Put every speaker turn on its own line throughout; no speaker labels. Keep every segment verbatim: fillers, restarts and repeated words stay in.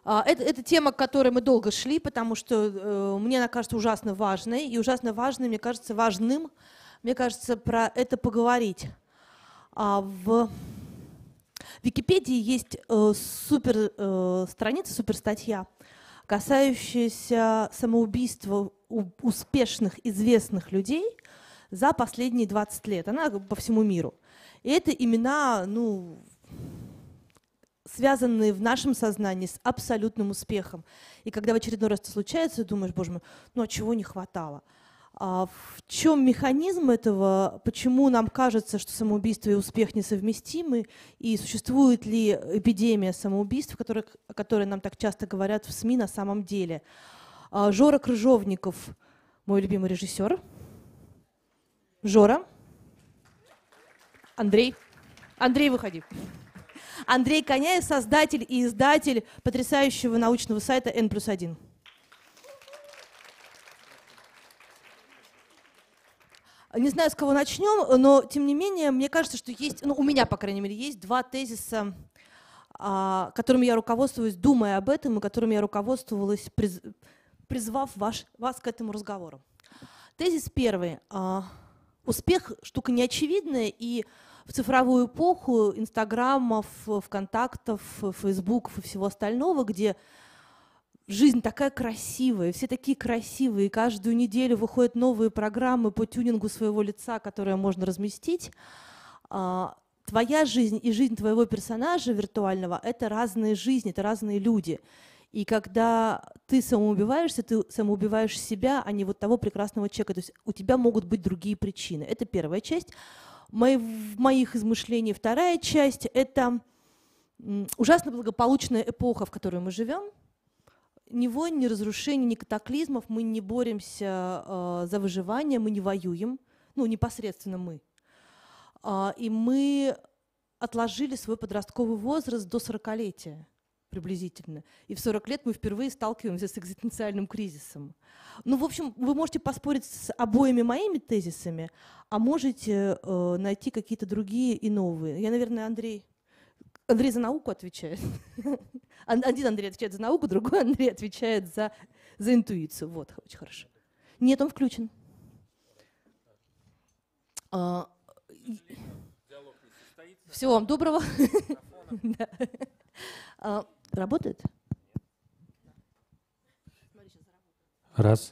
А, Это, это тема, к которой мы долго шли, потому что э, мне она кажется ужасно важной, и ужасно важной, мне кажется, важным, мне кажется, про это поговорить. А в Википедии есть э, супер э, страница, супер статья, касающаяся самоубийства у успешных, известных людей за последние двадцать лет. Она по всему миру. И это имена, ну, связанные в нашем сознании с абсолютным успехом. И когда в очередной раз это случается, ты думаешь, боже мой, ну а чего не хватало? А в чем механизм этого? Почему нам кажется, что самоубийство и успех несовместимы? И существует ли эпидемия самоубийств, которых, о которой нам так часто говорят в СМИ на самом деле? А Жора Крыжовников, мой любимый режиссер. Жора. Андрей. Андрей, выходи. Андрей Коняев, создатель и издатель потрясающего научного сайта эн плюс один. Не знаю, с кого начнем, но тем не менее, мне кажется, что есть, ну, у меня, по крайней мере, есть два тезиса, а, которыми я руководствуюсь, думая об этом, и которыми я руководствовалась, приз, призвав ваш, вас к этому разговору. Тезис первый. А, успех – штука неочевидная, и в цифровую эпоху инстаграмов, вконтактов, фейсбуков и всего остального, где жизнь такая красивая, все такие красивые, каждую неделю выходят новые программы по тюнингу своего лица, которые можно разместить. Твоя жизнь и жизнь твоего персонажа виртуального – это разные жизни, это разные люди. И когда ты самоубиваешься, ты самоубиваешь себя, а не вот того прекрасного человека. То есть у тебя могут быть другие причины. Это первая часть. Мои, моих измышлений вторая часть – это ужасно благополучная эпоха, в которой мы живем. Ни войн, ни разрушений, ни катаклизмов. Мы не боремся э, за выживание, мы не воюем. Ну, непосредственно мы. Э, и мы отложили свой подростковый возраст до сорокалетия приблизительно. И в сорок лет мы впервые сталкиваемся с экзистенциальным кризисом. Ну, в общем, вы можете поспорить с обоими моими тезисами, а можете э, найти какие-то другие и новые. Я, наверное, Андрей... Андрей за науку отвечает. Один Андрей отвечает за науку, другой Андрей отвечает за, за интуицию. Вот, очень хорошо. Нет, он включен. А, всего вам доброго. а, работает?
Раз.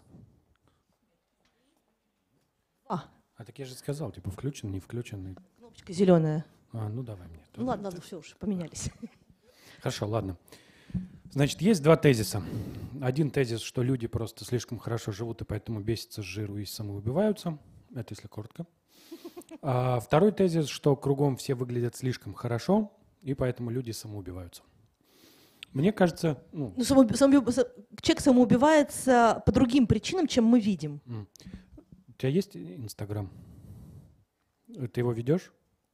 А.
А так я же сказал, типа включен, не включен.
Кнопочка зеленая.
А, ну давай мне.
Ну ладно, ладно, все уж, поменялись.
Хорошо, ладно. Значит, есть два тезиса. Один тезис, что люди просто слишком хорошо живут и поэтому бесятся с жиру и самоубиваются. Это если коротко. А второй тезис, что кругом все выглядят слишком хорошо и поэтому люди самоубиваются. Мне кажется... Ну,
ну, самоуб... Самоуб... Человек самоубивается по другим причинам, чем мы видим.
У тебя есть Инстаграм? Ты его ведешь?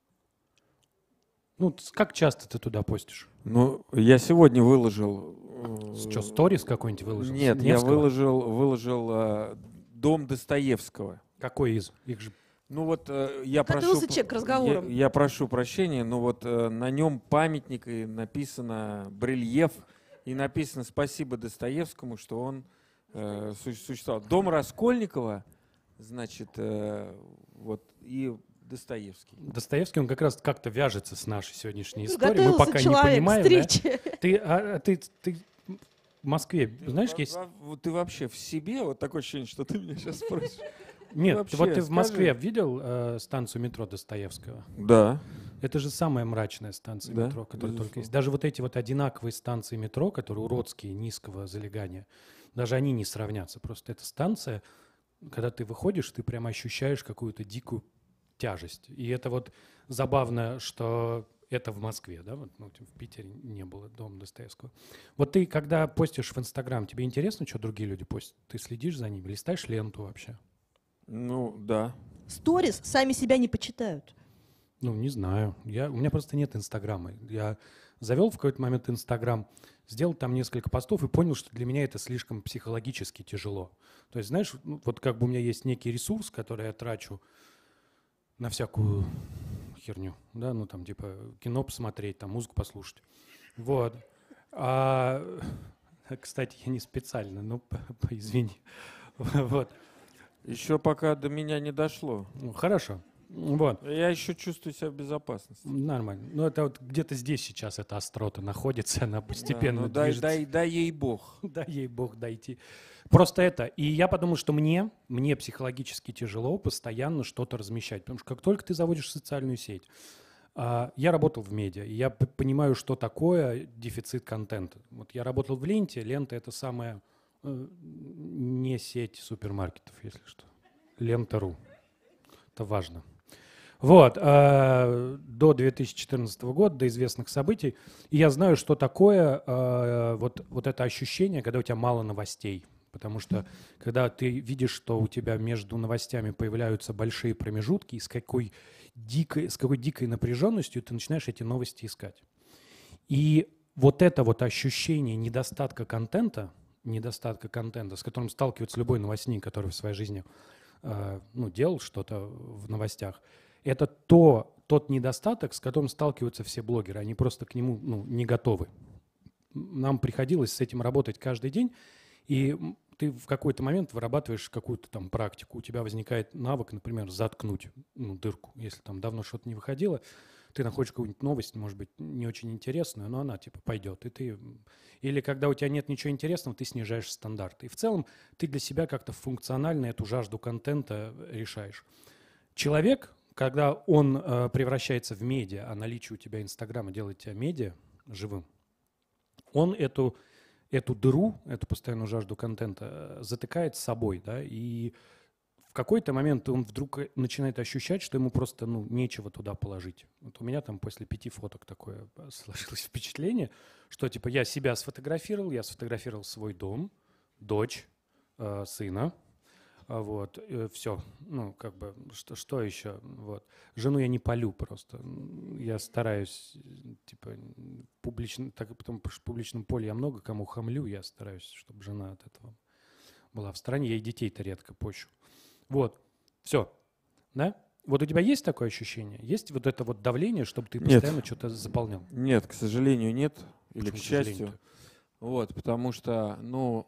Ну, как часто ты туда постишь?
Ну, я сегодня выложил...
Что, сторис какой-нибудь выложил?
Нет, я выложил, выложил э, «Дом Достоевского».
Какой из? Их же...
Ну вот э, я
Готовился
прошу...
человек к разговорам.
Я, я прошу прощения, но вот э, на нем памятник, и написано барельеф, и написано «Спасибо Достоевскому, что он э, существовал». Дом Раскольникова, значит, э, вот, и... Достоевский.
Достоевский, он как раз как-то вяжется с нашей сегодняшней историей.
Готовился
Мы пока не понимаем. Да? Ты, а, ты, ты в Москве, ты знаешь,
во,
есть...
Во, ты вообще в себе? Вот такое ощущение, что ты меня сейчас спросишь.
Нет,
вообще,
вот ты
скажи.
в Москве видел э, станцию метро Достоевского?
Да.
Это же самая мрачная станция
да,
метро, которая
безусловно.
только есть. Даже вот эти вот одинаковые станции метро, которые уродские, низкого залегания, даже они не сравнятся. Просто эта станция, когда ты выходишь, ты прямо ощущаешь какую-то дикую тяжесть. И это вот забавно, что это в Москве, да, вот, ну, в Питере не было дома Достоевского. Вот ты, когда постишь в Инстаграм, тебе интересно, что другие люди постят? Ты следишь за ними, листаешь ленту вообще?
Ну, да.
Сторис сами себя не почитают.
Ну, не знаю. Я, у меня просто нет Инстаграма. Я завел в какой-то момент Инстаграм, сделал там несколько постов и понял, что для меня это слишком психологически тяжело. То есть, знаешь, ну, вот как бы у меня есть некий ресурс, который я трачу на всякую херню, да, ну там типа кино посмотреть, там музыку послушать. Вот. А, кстати, я не специально, ну, п- п- извини. Вот.
Еще пока до меня не дошло.
Ну, хорошо. Вот.
Я еще чувствую себя в безопасности.
Нормально. Ну, это вот где-то здесь сейчас эта острота находится, она
Да,
постепенно
ну дай,
движется.
дай, дай ей бог.
Да, ей бог дойти. Просто это. И я подумал, что мне, мне психологически тяжело постоянно что-то размещать. Потому что как только ты заводишь социальную сеть, а, я работал в медиа, и я п- понимаю, что такое дефицит контента. Вот я работал в ленте. Лента — это самая э, не сеть супермаркетов, если что. Лента.ру. Это важно. Вот, э, до две тысячи четырнадцатого года, до известных событий. И я знаю, что такое э, вот, вот это ощущение, когда у тебя мало новостей. Потому что когда ты видишь, что у тебя между новостями появляются большие промежутки, и с какой дикой, с какой дикой напряженностью ты начинаешь эти новости искать. И вот это вот ощущение недостатка контента, недостатка контента, с которым сталкивается любой новостник, который в своей жизни э, ну, делал что-то в новостях, это то, тот недостаток, с которым сталкиваются все блогеры. Они просто к нему ну, не готовы. Нам приходилось с этим работать каждый день, и ты в какой-то момент вырабатываешь какую-то там практику. У тебя возникает навык, например, заткнуть ну, дырку. Если там давно что-то не выходило, ты находишь какую-нибудь новость, может быть, не очень интересную, но она типа пойдет. И ты... Или когда у тебя нет ничего интересного, ты снижаешь стандарты. И в целом ты для себя как-то функционально эту жажду контента решаешь. Человек, когда он э, превращается в медиа, а наличие у тебя Инстаграма делает тебя медиа живым, он эту, эту дыру, эту постоянную жажду контента э, затыкает с собой, да, и в какой-то момент он вдруг начинает ощущать, что ему просто ну, нечего туда положить. Вот у меня там после пяти фоток такое сложилось впечатление, что типа я себя сфотографировал, я сфотографировал свой дом, дочь, э, сына, вот, все, ну, как бы, что, что еще, вот. Жену я не палю просто, я стараюсь, типа, публично, так, потому что в публичном поле я много кому хамлю, я стараюсь, чтобы жена от этого была в стороне, я и детей-то редко пощу. Вот, все, да? Вот у тебя есть такое ощущение? Есть вот это вот давление, чтобы ты
Нет.
постоянно что-то заполнял?
Нет, к сожалению, нет. Или
Почему,
к
к
счастью.
сожалению-то?
Вот, потому что, ну,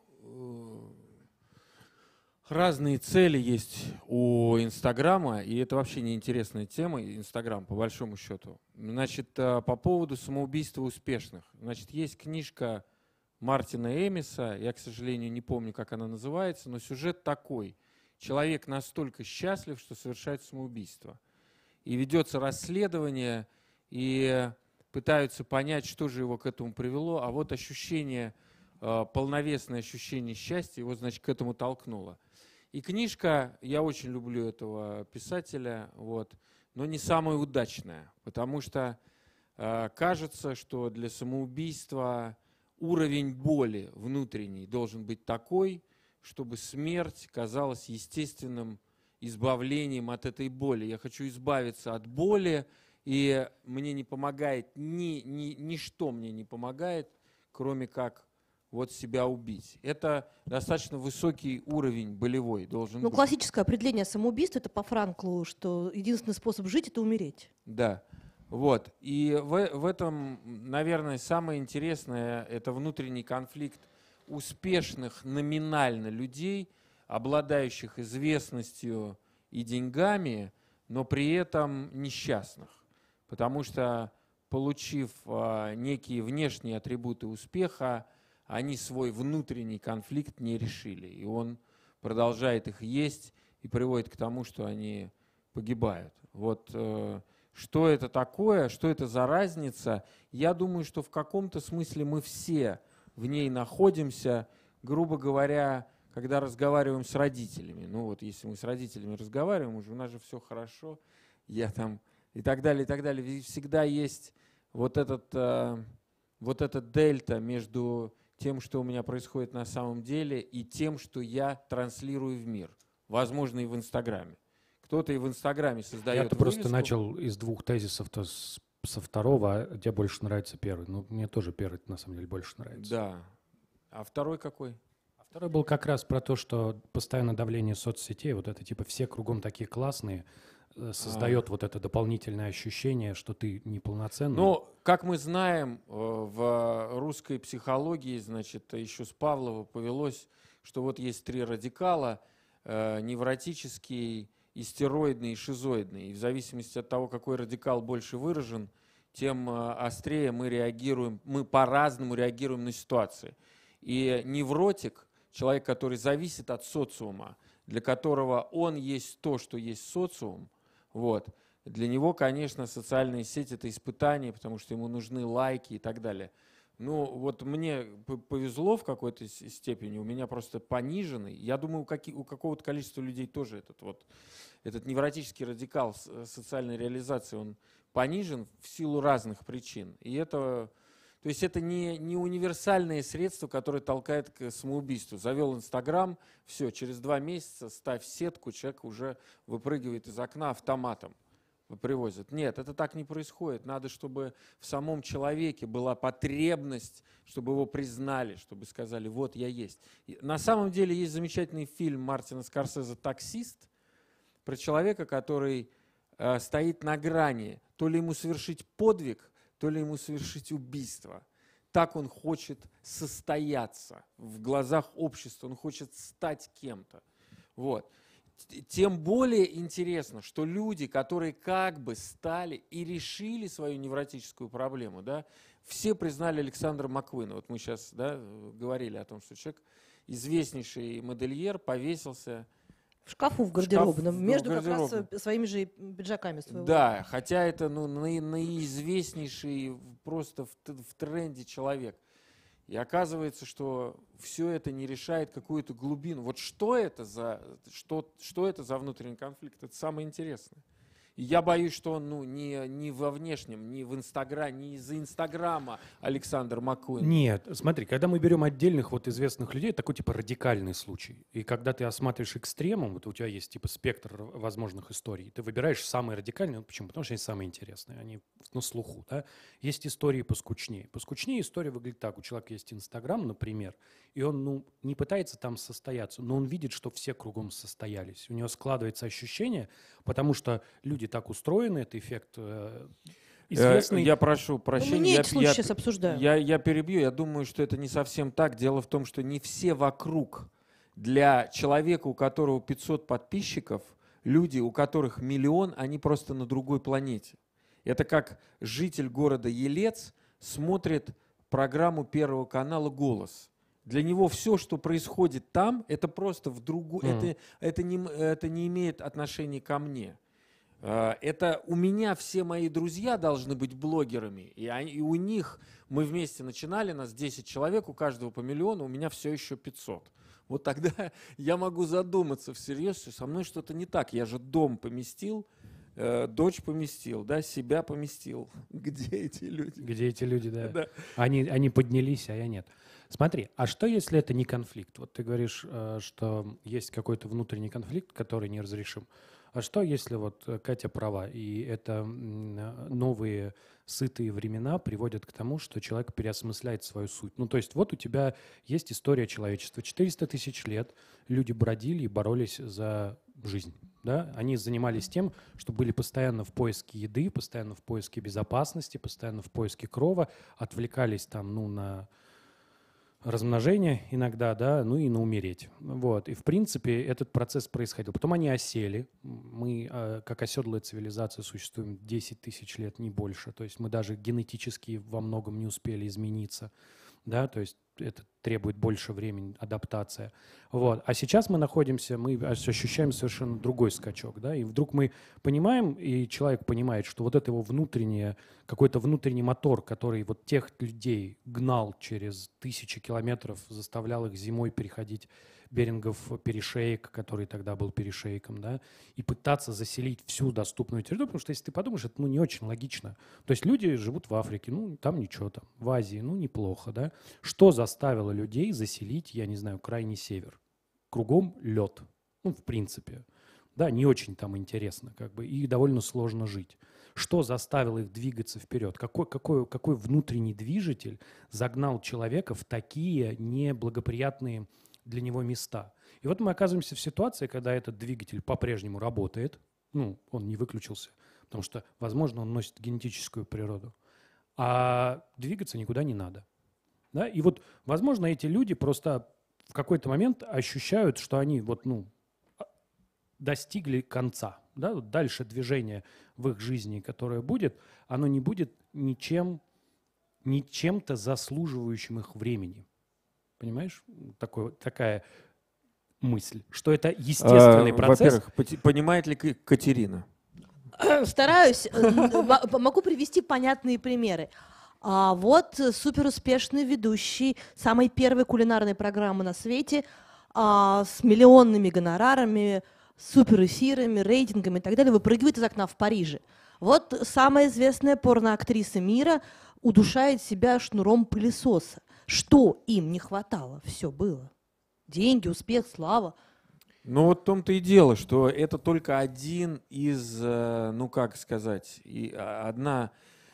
разные цели есть у Инстаграма, и это вообще неинтересная тема, Инстаграм, по большому счету. Значит, по поводу самоубийства успешных. Значит, есть книжка Мартина Эмиса, я, к сожалению, не помню, как она называется, но сюжет такой. Человек настолько счастлив, что совершает самоубийство. И ведется расследование, и пытаются понять, что же его к этому привело. А вот ощущение, полновесное ощущение счастья его, значит, к этому толкнуло. И книжка, я очень люблю этого писателя, вот, но не самая удачная, потому что э, кажется, что для самоубийства уровень боли внутренней должен быть такой, чтобы смерть казалась естественным избавлением от этой боли. Я хочу избавиться от боли, и мне не помогает, ни, ни, ничто мне не помогает, кроме как вот себя убить. Это достаточно высокий уровень болевой должен
Ну,
быть.
классическое определение самоубийства — это по Франклу, что единственный способ жить — это умереть.
Да. Вот. И в, в этом, наверное, самое интересное — это внутренний конфликт успешных номинально людей, обладающих известностью и деньгами, но при этом несчастных. Потому что, получив а, некие внешние атрибуты успеха, они свой внутренний конфликт не решили. И он продолжает их есть и приводит к тому, что они погибают. Вот э, что это такое, что это за разница? Я думаю, что в каком-то смысле мы все в ней находимся, грубо говоря, когда разговариваем с родителями. Ну вот если мы с родителями разговариваем, уже у нас же все хорошо, я там и так далее, и так далее. Ведь всегда есть вот этот, э, вот этот дельта между тем, что у меня происходит на самом деле, и тем, что я транслирую в мир. Возможно, и в Инстаграме. Кто-то и в Инстаграме создает
Я-то просто
вывеску.
начал из двух тезисов-то с- со второго, а тебе больше нравится первый. Ну, мне тоже первый на самом деле больше нравится.
Да. А второй какой?
А второй был как раз про то, что постоянно давление соцсетей, вот это типа все кругом такие классные, э, создает а... вот это дополнительное ощущение, что ты неполноценный.
Ну, как мы знаем, в русской психологии, значит, еще с Павлова повелось, что вот есть три радикала: невротический, истероидный и шизоидный. И в зависимости от того, какой радикал больше выражен, тем острее мы реагируем, мы по-разному реагируем на ситуации. И невротик, человек, который зависит от социума, для которого он есть то, что есть социум, вот, для него, конечно, социальные сети — это испытание, потому что ему нужны лайки и так далее. Ну, вот мне повезло в какой-то степени, у меня просто пониженный. Я думаю, у, каких, у какого-то количества людей тоже этот, вот, этот невротический радикал социальной реализации, он понижен в силу разных причин. И это, то есть это не, не универсальное средство, которое толкает к самоубийству. Завел Инстаграм, все, через два месяца ставь сетку, человек уже выпрыгивает из окна автоматом. Привозят. Нет, это так не происходит. Надо, чтобы в самом человеке была потребность, чтобы его признали, чтобы сказали: вот я есть. И на самом деле есть замечательный фильм Мартина Скорсезе «Таксист» про человека, который э, стоит на грани. То ли ему совершить подвиг, то ли ему совершить убийство. Так он хочет состояться в глазах общества, он хочет стать кем-то. Вот. Тем более интересно, что люди, которые как бы стали и решили свою невротическую проблему, да, все признали Александра Маккуина. Вот мы сейчас, да, говорили о том, что человек, известнейший модельер, повесился
в шкафу в гардеробном,
шкаф,
между
в гардеробном.
как раз своими же пиджаками своего.
Да, хотя это ну, наиизвестнейший просто в, в тренде человек. И оказывается, что все это не решает какую-то глубину. Вот что это за, что, что это за внутренний конфликт? Это самое интересное. И я боюсь, что он ну, не, не во внешнем, не в Инстаграме, не из-за Инстаграма Александр Маккуин.
Нет, смотри, когда мы берем отдельных вот известных людей, такой типа радикальный случай. И когда ты осматриваешь экстремум, вот у тебя есть типа спектр возможных историй, ты выбираешь самые радикальные. Ну, почему? Потому что они самые интересные, они на слуху. Да? Есть истории поскучнее. Поскучнее история выглядит так. У человека есть Инстаграм, например, и он ну, не пытается там состояться, но он видит, что все кругом состоялись. У него складывается ощущение, потому что люди так устроены, это эффект э, известный.
Я прошу прощения.
Мы не
я,
эти случаи
я,
сейчас обсуждаем.
Я, я перебью. Я думаю, что это не совсем так. Дело в том, что не все вокруг. Для человека, у которого пятьсот подписчиков, люди, у которых миллион, они просто на другой планете. Это как житель города Елец смотрит программу Первого канала «Голос». Для него все, что происходит там, это просто в другую... Mm. Это, это, не, это не имеет отношения ко мне. Это у меня все мои друзья должны быть блогерами, и, они, и у них мы вместе начинали, нас десять человек, у каждого по миллиону, у меня все еще пятьсот. Вот тогда я могу задуматься всерьез, что со мной что-то не так. Я же дом поместил, э, дочь поместил, да, себя поместил. Где эти люди?
Где эти люди, да.
да.
Они, они поднялись, а я нет. Смотри, а что, если это не конфликт? Вот ты говоришь, э, что есть какой-то внутренний конфликт, который неразрешим. А что, если вот Катя права, и это новые сытые времена приводят к тому, что человек переосмысляет свою суть? Ну, то есть вот у тебя есть история человечества. четыреста тысяч лет люди бродили и боролись за жизнь. Да? Они занимались тем, что были постоянно в поиске еды, постоянно в поиске безопасности, постоянно в поиске крова, отвлекались там, ну, на... размножение иногда, да, ну и на умереть. Вот. И, в принципе, этот процесс происходил. Потом они осели. Мы, как оседлая цивилизация, существуем десять тысяч лет, не больше. То есть мы даже генетически во многом не успели измениться. Да, то есть это требует больше времени, адаптация. Вот. А сейчас мы находимся, мы ощущаем совершенно другой скачок. Да, и вдруг мы понимаем, и человек понимает, что вот это его внутреннее, какой-то внутренний мотор, который вот тех людей гнал через тысячи километров, заставлял их зимой переходить Берингов перешеек, который тогда был перешейком, да, и пытаться заселить всю доступную территорию, потому что если ты подумаешь, это ну, не очень логично. То есть люди живут в Африке, ну там ничего там, в Азии, ну неплохо, да. Что заставило людей заселить, я не знаю, крайний север? Кругом лед, ну в принципе, да, не очень там интересно, как бы, и довольно сложно жить. Что заставило их двигаться вперед? Какой, какой, какой внутренний движитель загнал человека в такие неблагоприятные для него места? И вот мы оказываемся в ситуации, когда этот двигатель по-прежнему работает, ну, он не выключился, потому что, возможно, он носит генетическую природу. А двигаться никуда не надо. Да? И вот, возможно, эти люди просто в какой-то момент ощущают, что они вот, ну, достигли конца. Да? Вот дальше движение в их жизни, которое будет, оно не будет ничем, ничем-то заслуживающим их времени. Понимаешь? Такой, такая мысль, что это естественный
А,
процесс.
Во-первых, поти- понимает ли К- Катерина?
Стараюсь. э, м- Могу привести понятные примеры. А вот э, суперуспешный ведущий самой первой кулинарной программы на свете а, с миллионными гонорарами, суперэфирами, рейтингами и так далее выпрыгивает из окна в Париже. Вот самая известная порноактриса мира удушает себя шнуром пылесоса. Что им не хватало? Все было. Деньги, успех, слава.
Ну вот в том-то и дело, что это только один из, э, ну как сказать, и а, одна,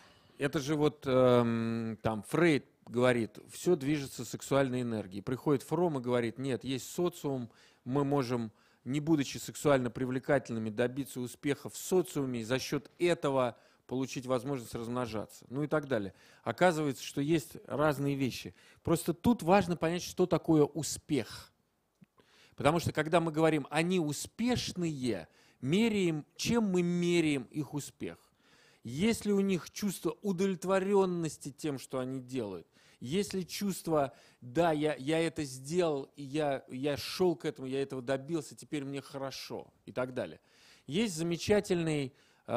это же вот эм, там Фрейд говорит, все движется сексуальной энергией. Приходит Фром и говорит, нет, есть социум, мы можем, не будучи сексуально привлекательными, добиться успеха в социуме и за счет этого получить возможность размножаться, ну и так далее. Оказывается, что есть разные вещи. Просто тут важно понять, что такое успех. Потому что когда мы говорим «они успешные», меряем, чем мы меряем их успех? Есть ли у них чувство удовлетворенности тем, что они делают? Есть ли чувство «да, я, я это сделал, и я, я шел к этому, я этого добился, теперь мне хорошо» и так далее. Есть замечательный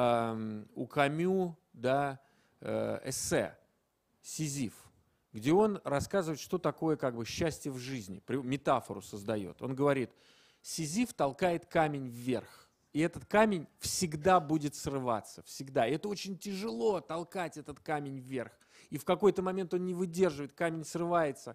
э, у Камю, да, э, эссе «Сизиф», где он рассказывает, что такое как бы счастье в жизни, метафору создает. Он говорит, Сизиф толкает камень вверх, и этот камень всегда будет срываться, всегда. И это очень тяжело толкать этот камень вверх. И в какой-то момент он не выдерживает, камень срывается,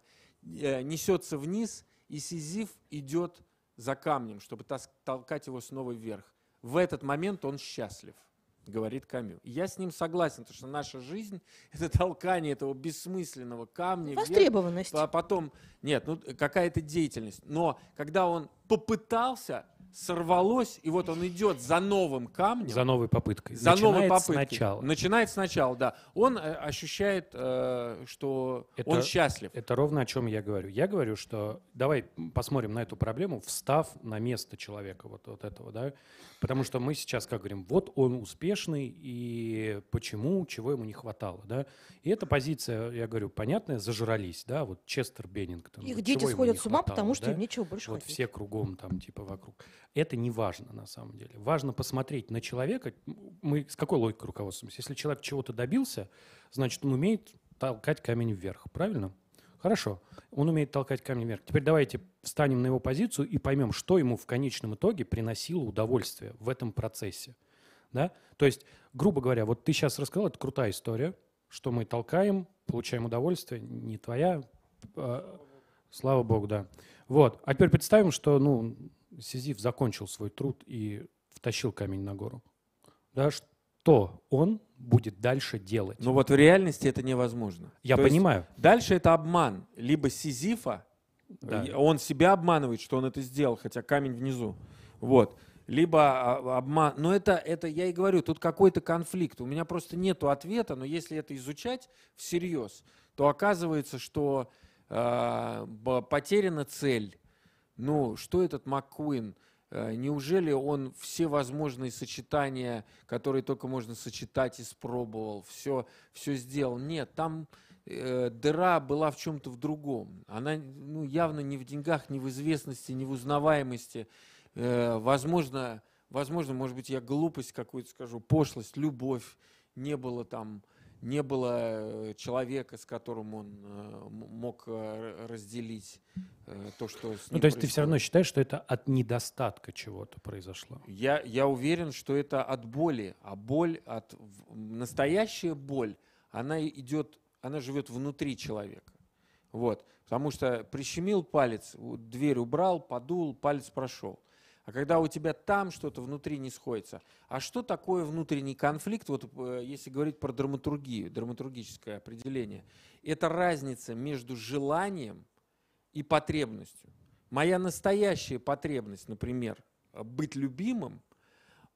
несется вниз, и Сизиф идет за камнем, чтобы толкать его снова вверх. В этот момент он счастлив, говорит Камю. И я с ним согласен, потому что наша жизнь – это толкание этого бессмысленного камня.
Востребованность.
Вверх, а потом, нет, ну какая-то деятельность. Но когда он попытался, сорвалось, и вот он идет за новым камнем.
За новой попыткой.
За
Начинает
новой попыткой.
сначала.
Начинает сначала, да. Он э, ощущает, э, что
Это,
он счастлив.
Это ровно о чем я говорю. Я говорю, что давай посмотрим на эту проблему, встав на место человека вот, вот этого, да, потому что мы сейчас как говорим, вот он успешный, и почему, чего ему не хватало, да, и эта позиция, я говорю, понятная, зажрались, да, вот Честер Беннингтон.
Их
вот
дети
чего ему
сходят
не
с ума,
хватало,
потому что
да?
им нечего больше
Вот
хотеть.
все кругом там типа вокруг. Это не важно на самом деле. Важно посмотреть на человека. Мы с какой логикой руководствуемся? Если человек чего-то добился, значит, он умеет толкать камень вверх. Правильно? Хорошо. Он умеет толкать камень вверх. Теперь давайте встанем на его позицию и поймем, что ему в конечном итоге приносило удовольствие в этом процессе. Да? То есть, грубо говоря, вот ты сейчас рассказал, это крутая история, что мы толкаем, получаем удовольствие, не твоя, э, слава богу, да. Вот. А теперь представим, что, ну, Сизиф закончил свой труд и втащил камень на гору. Да, что он будет дальше делать?
Но вот в реальности это невозможно.
Я
То есть
понимаю.
дальше это обман. Либо Сизифа,
Да.
он себя обманывает, что он это сделал, хотя камень внизу. Вот. Либо обман. Но это, это, я и говорю, тут какой-то конфликт. У меня просто нету ответа, но если это изучать всерьез, то оказывается, что э, потеряна цель. Ну, что этот МакКуин? Неужели он все возможные сочетания, которые только можно сочетать, испробовал, все, все сделал? Нет, там э, дыра была в чем-то в другом. Она ну, явно не в деньгах, не в известности, не в узнаваемости. Э, возможно, возможно, может быть, я глупость какую-то скажу, пошлость, любовь. Не было там, не было человека, с которым он э, мог э, разделить э, то, что с ним
Ну, то есть
происходит.
ты все равно считаешь, что это от недостатка чего-то произошло?
Я, я уверен, что это от боли, а боль, от, настоящая боль, она идет, она живет внутри человека. Вот. Потому что прищемил палец, дверь убрал, подул, палец прошел. А когда у тебя там что-то внутри не сходится. А что такое внутренний конфликт? Вот если говорить про драматургию, драматургическое определение, это разница между желанием и потребностью. Моя настоящая потребность, например, быть любимым,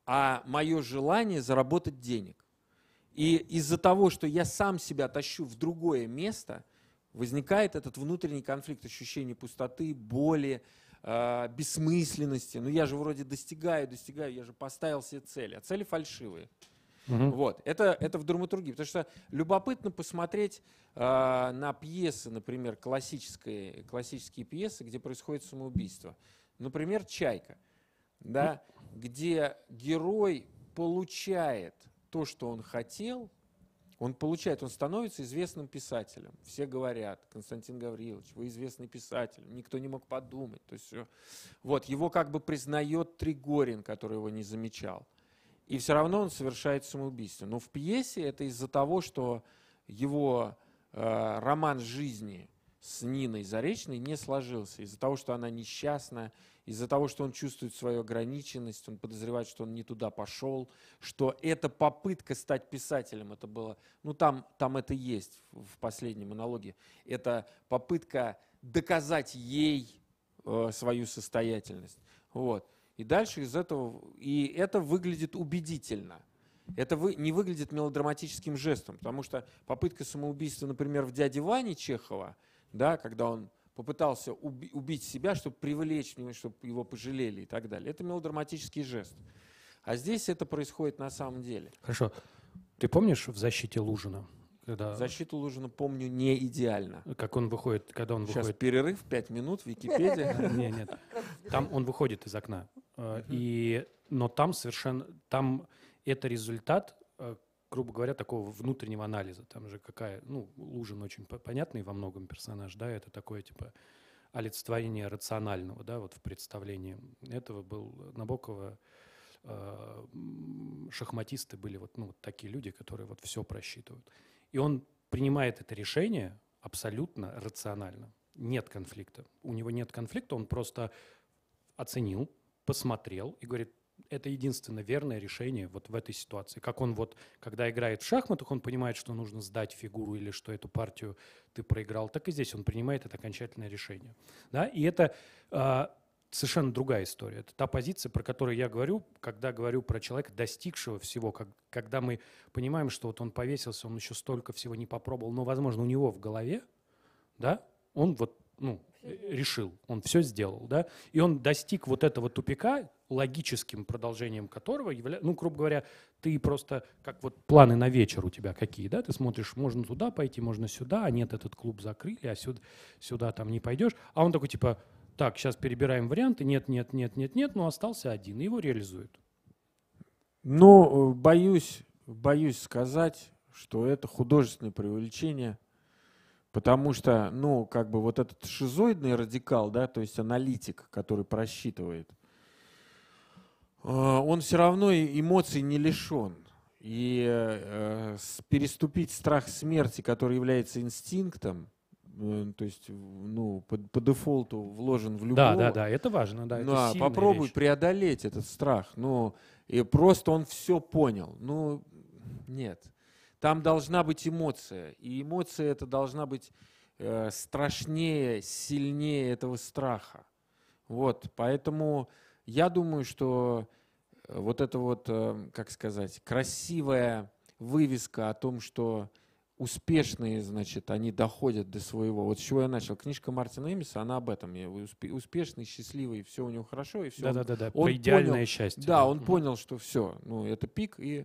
а мое желание заработать денег. И из-за того, что я сам себя тащу в другое место, возникает этот внутренний конфликт, ощущение пустоты, боли, э, бессмысленности. Ну я же вроде достигаю, достигаю, я же поставил себе цели, а цели фальшивые.
Мгм.
Вот. Это, это в драматургии. Потому что любопытно посмотреть э, на пьесы, например, классические, классические пьесы, где происходит самоубийство. Например, «Чайка», да, где герой получает то, что он хотел, он получает, он становится известным писателем. Все говорят: Константин Гаврилович, вы известный писатель, никто не мог подумать. То есть, всё. Вот, его как бы признает Тригорин, который его не замечал. И все равно он совершает самоубийство. Но в пьесе это из-за того, что его э, роман жизни с Ниной Заречной не сложился. Из-за того, что она несчастна, из-за того, что он чувствует свою ограниченность, он подозревает, что он не туда пошел, что эта попытка стать писателем, это было, ну там, там это есть в последнем монологе, это попытка доказать ей э, свою состоятельность. Вот. И дальше из этого, и это выглядит убедительно. Это вы, не выглядит мелодраматическим жестом, потому что попытка самоубийства, например, в «Дяде Ване» Чехова, да, когда он попытался уби- убить себя, чтобы привлечь внимание, чтобы его пожалели и так далее, это мелодраматический жест. А здесь это происходит на самом деле.
Хорошо. Ты помнишь в «Защите Лужина»? Когда,
«Защиту Лужина» помню не идеально.
как он выходит, когда он
Сейчас
выходит...
перерыв, пять минут, Википедия.
Нет, нет. Там он выходит из окна. Э, И, но там совершенно... Там это результат, э, грубо говоря, такого внутреннего анализа. Там же какая... Ну, Лужин очень по- понятный во многом персонаж, да, это такое, типа, олицетворение рационального, да, вот в представлении. Этого был Набокова. э, м, Шахматисты были вот, ну, вот такие люди, которые вот все просчитывают. И он принимает это решение абсолютно рационально. Нет конфликта. У него нет конфликта, он просто оценил, посмотрел и говорит, это единственное верное решение вот в этой ситуации. Как он вот, когда играет в шахматах, он понимает, что нужно сдать фигуру или что эту партию ты проиграл, так и здесь он принимает это окончательное решение. Да? И это э, совершенно другая история. Это та позиция, про которую я говорю, когда говорю про человека, достигшего всего, как, когда мы понимаем, что вот он повесился, он еще столько всего не попробовал, но, возможно, у него в голове, да, он вот, ну, решил, он все сделал, да, и он достиг вот этого тупика, логическим продолжением которого является, ну, грубо говоря, ты просто, как вот планы на вечер у тебя какие, да, ты смотришь, можно туда пойти, можно сюда, а нет, этот клуб закрыли, а сюда, сюда там не пойдешь, а он такой, типа, так, сейчас перебираем варианты, нет, нет, нет, нет, нет, но остался один, и его реализуют.
Ну, боюсь, боюсь сказать, что это художественное преувеличение, потому что, ну, как бы вот этот шизоидный радикал, да, то есть аналитик, который просчитывает, э, он все равно и эмоций не лишен. И э, с- переступить страх смерти, который является инстинктом, э, то есть, в- ну, по, по дефолту вложен в любого.
Да, да, да, это важно, да,
Ну,
это
а
сильная
попробуй
вещь.
преодолеть этот страх. Ну, и просто он все понял. Ну, нет. Там должна быть эмоция. И эмоция это должна быть э, страшнее, сильнее этого страха. Вот. Поэтому я думаю, что э, вот эта вот, э, как сказать, красивая вывеска о том, что успешные, значит, они доходят до своего. Вот с чего я начал. Книжка Мартина Эмиса, она об этом. Я успе- Успешный, счастливый, все у него хорошо, и все.
Да, да, да, да,
он
про идеальное
понял-
счастье.
Да, он
Мгм.
понял, что все, ну, это пик. И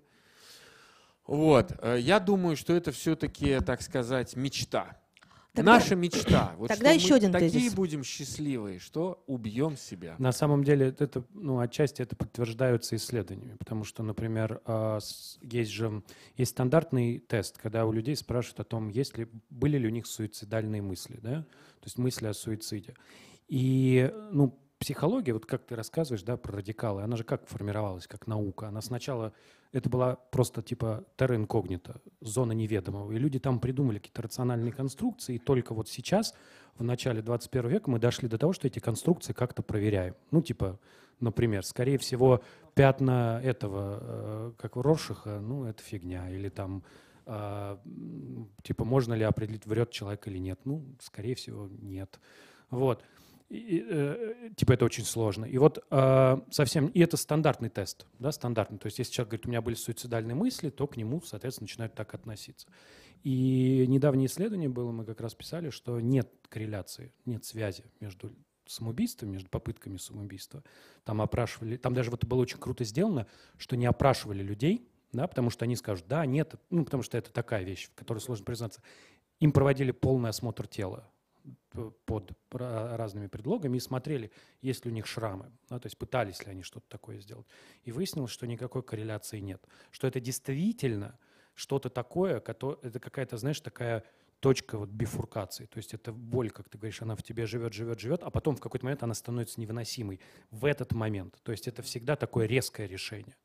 вот, э, я думаю, что это все-таки, так сказать, мечта.
Тогда-
Наша мечта. Вот
тогда
что
еще
мы
один
такие
тезис.
будем счастливые, что убьем себя.
На самом деле, это, ну, отчасти это подтверждается исследованиями, потому что, например, а, с- есть же есть стандартный тест, когда у людей спрашивают о том, есть ли, были ли у них суицидальные мысли, да, то есть мысли о суициде. И, ну, психология, вот как ты рассказываешь, да, про радикалы, она же как формировалась, как наука? Она сначала, это была просто типа терра инкогнита, зона неведомого, и люди там придумали какие-то рациональные конструкции, и только вот сейчас, в начале двадцать первого века, мы дошли до того, что эти конструкции как-то проверяем. Ну, типа, например, скорее всего, пятна этого, э, как у Роршаха, ну, это фигня, или там, э, м, типа, можно ли определить, врет человек или нет? Ну, скорее всего, нет. Вот. И, э, типа это очень сложно. И вот э, совсем... И это стандартный тест, да, стандартный. То есть если человек говорит, у меня были суицидальные мысли, то к нему, соответственно, начинают так относиться. И недавнее исследование было, мы как раз писали, что нет корреляции, нет связи между самоубийством, между попытками самоубийства. Там опрашивали... Там даже вот было очень круто сделано, что не опрашивали людей, да, потому что они скажут, да, нет, ну, потому что это такая вещь, в которой сложно признаться. Им проводили полный осмотр тела под разными предлогами и смотрели, есть ли у них шрамы, да, то есть пытались ли они что-то такое сделать. И выяснилось, что никакой корреляции нет. Что это действительно что-то такое, это какая-то, знаешь, такая точка вот бифуркации. То есть это боль, как ты говоришь, она в тебе живет, живет, живет, а потом в какой-то момент она становится невыносимой. В этот момент. То есть это всегда такое резкое решение.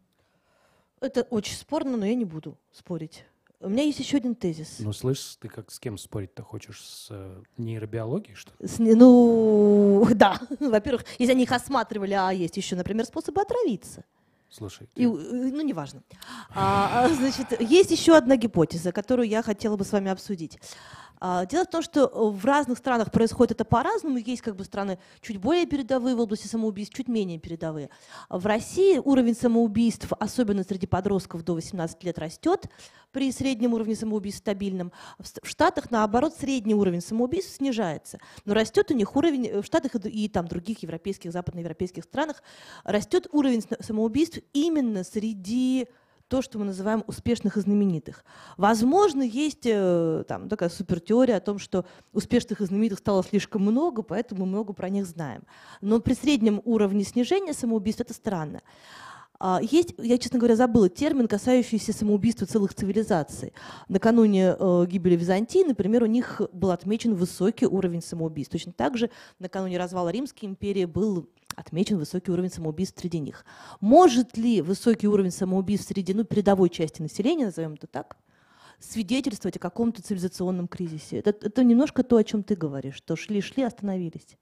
Это очень спорно, но я не буду спорить. У меня есть еще один тезис.
Ну, слышь, ты как с кем спорить-то хочешь? С э, нейробиологией, что ли?
С, ну, да. Во-первых, если они их осматривали, а есть еще, например, способы отравиться.
Слушай.
И,
Ты...
ну, неважно. А, значит, есть еще одна гипотеза, которую я хотела бы с вами обсудить. Дело в том, что в разных странах происходит это по-разному. Есть как бы страны чуть более передовые в области самоубийств, чуть менее передовые. В России уровень самоубийств, особенно среди подростков до восемнадцати лет, растет при среднем уровне самоубийств стабильном. В Штатах, наоборот, средний уровень самоубийств снижается. Но растет у них уровень, в Штатах и там других европейских, западноевропейских странах, растет уровень самоубийств именно среди то, что мы называем успешных и знаменитых. Возможно, есть э, там, такая супертеория о том, что успешных и знаменитых стало слишком много, поэтому мы много про них знаем. Но при среднем уровне снижения самоубийств это странно. А, есть, я, честно говоря, забыла термин, касающийся самоубийства целых цивилизаций. Накануне э, гибели Византии, например, у них был отмечен высокий уровень самоубийств. Точно так же накануне развала Римской империи был отмечен высокий уровень самоубийств среди них. Может ли высокий уровень самоубийств среди ну, передовой части населения, назовем это так, свидетельствовать о каком-то цивилизационном кризисе? Это, это немножко то, о чем ты говоришь, что шли-шли, остановились.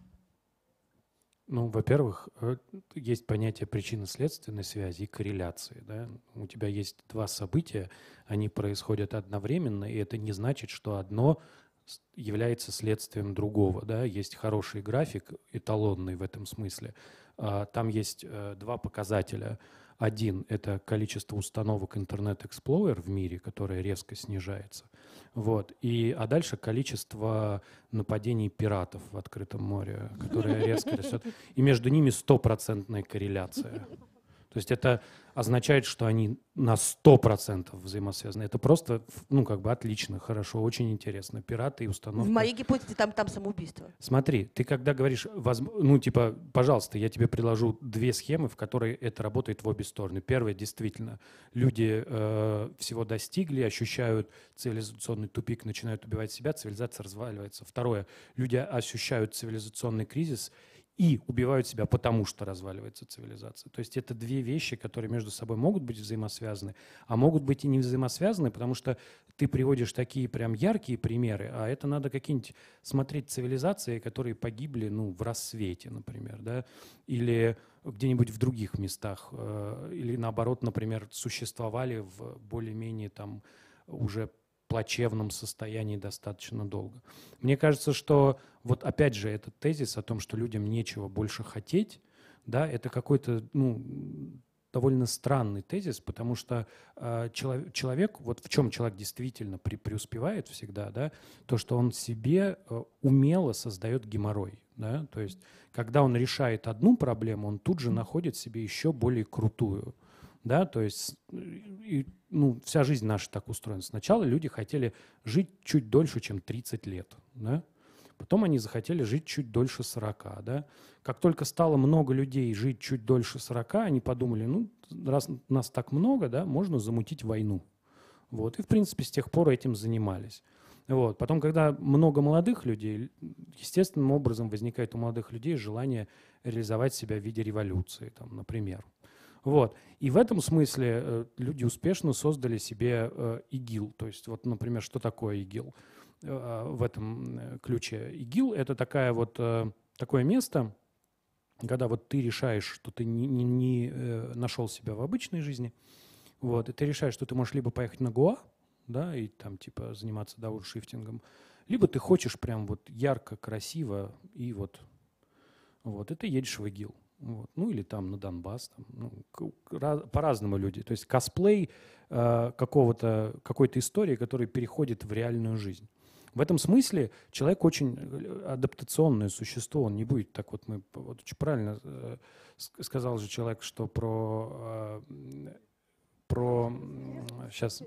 Ну, во-первых, есть понятие причинно-следственной связи и корреляции. Да? У тебя есть два события, они происходят одновременно, и это не значит, что одно является следствием другого. Да? Есть хороший график, эталонный в этом смысле. Там есть два показателя. Один – это количество установок Internet Explorer в мире, которое резко снижается. Вот. И, а дальше количество нападений пиратов в открытом море, которое резко растет. И между ними стопроцентная корреляция. То есть это означает, что они на сто процентов взаимосвязаны. Это просто, ну, как бы отлично, хорошо, очень интересно. Пираты и установки.
В моей гипотезе там, там самоубийство.
Смотри, ты когда говоришь, ну, типа, пожалуйста, я тебе предложу две схемы, в которые это работает в обе стороны. Первое, действительно, люди э, всего достигли, ощущают цивилизационный тупик, начинают убивать себя, цивилизация разваливается. Второе, люди ощущают цивилизационный кризис и убивают себя, потому что разваливается цивилизация. То есть это две вещи, которые между собой могут быть взаимосвязаны, а могут быть и не взаимосвязаны, потому что ты приводишь такие прям яркие примеры, а это надо какие-нибудь смотреть цивилизации, которые погибли, ну, в рассвете, например, да, или где-нибудь в других местах, или наоборот, например, существовали в более-менее там уже плачевном состоянии достаточно долго. Мне кажется, что вот опять же этот тезис о том, что людям нечего больше хотеть, да, это какой-то, ну, довольно странный тезис, потому что э, человек, человек, вот в чем человек действительно при, преуспевает всегда, да, то, что он себе э, умело создает геморрой, да, то есть когда он решает одну проблему, он тут же находит себе еще более крутую. Да, то есть и, ну, вся жизнь наша так устроена. Сначала люди хотели жить чуть дольше, чем тридцать лет. Да? Потом они захотели жить чуть дольше сорока. Да? Как только стало много людей жить чуть дольше сорока, они подумали, ну, раз нас так много, да, можно замутить войну. Вот. И, в принципе, с тех пор этим занимались. Вот. Потом, когда много молодых людей, естественным образом возникает у молодых людей желание реализовать себя в виде революции, там, например. Вот. И в этом смысле э, люди успешно создали себе э, ИГИЛ. То есть, вот, например, что такое ИГИЛ э, в этом э, ключе? ИГИЛ – это такая вот, э, такое место, когда вот ты решаешь, что ты не, не, не э, нашел себя в обычной жизни, вот, и ты решаешь, что ты можешь либо поехать на Гоа, да, и там типа заниматься дауншифтингом, Либо ты хочешь прям вот ярко, красиво, и вот, вот и ты едешь в ИГИЛ. Вот. Ну или там на Донбасс. Там, ну, по-разному люди. То есть косплей э, какого-то, какой-то истории, которая переходит в реальную жизнь. В этом смысле человек очень адаптационное существо, он не будет так вот мы вот очень правильно э, сказал же человек, что про э, про сейчас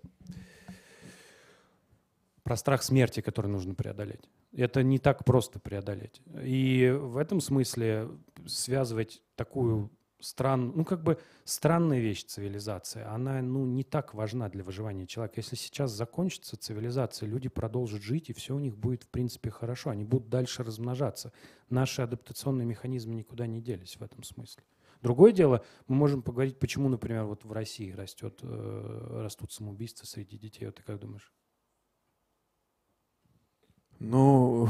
про страх смерти, который нужно преодолеть. Это не так просто преодолеть. И в этом смысле связывать такую стран, ну как бы странная вещь цивилизация, она ну не так важна для выживания человека. Если сейчас закончится цивилизация, люди продолжат жить, и все у них будет в принципе хорошо, они будут дальше размножаться. Наши адаптационные механизмы никуда не делись в этом смысле. Другое дело, мы можем поговорить, почему, например, вот в России растет, э, растут самоубийства среди детей. Вот ты как думаешь?
Ну,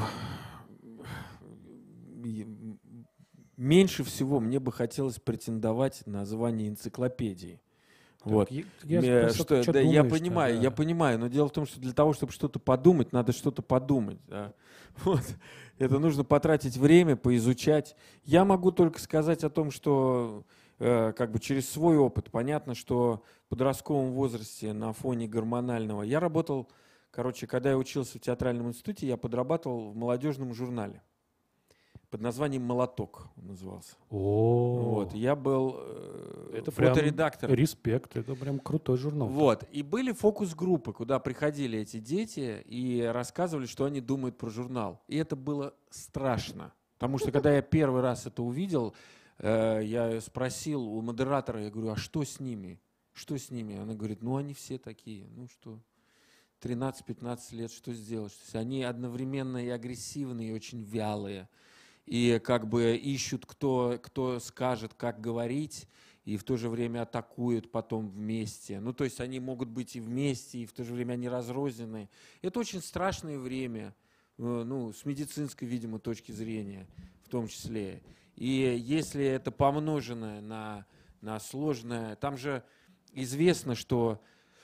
меньше всего мне бы хотелось претендовать на звание энциклопедии.
Так,
вот.
Я, я,
Я,
спросил,
что,
что
да,
думаешь,
я понимаю,
да.
я понимаю, но дело в том, что для того, чтобы что-то подумать, надо что-то подумать. Да. Вот. Это нужно потратить время, поизучать. Я могу только сказать о том, что э, как бы через свой опыт понятно, что в подростковом возрасте на фоне гормонального я работал. Короче, когда я учился в театральном институте, я подрабатывал в молодежном журнале под названием «Молоток» он назывался.
О,
вот, я был э,
это
фоторедактором.
Респект, это прям крутой журнал.
Вот, и были фокус-группы, куда приходили эти дети и рассказывали, что они думают про журнал. И это было страшно, потому что когда я первый раз это увидел, э, я спросил у модератора, я говорю, а что с ними? Что с ними? Она говорит, ну они все такие, ну что... тринадцать-пятнадцать лет, что сделаешь? То есть они одновременно и агрессивные, и очень вялые. И как бы ищут, кто, кто скажет, как говорить, и в то же время атакуют потом вместе. Ну, то есть они могут быть и вместе, и в то же время они разрозненные. Это очень страшное время, ну, с медицинской, видимо, точки зрения в том числе. И если это помножено на, на сложное... Там же известно, что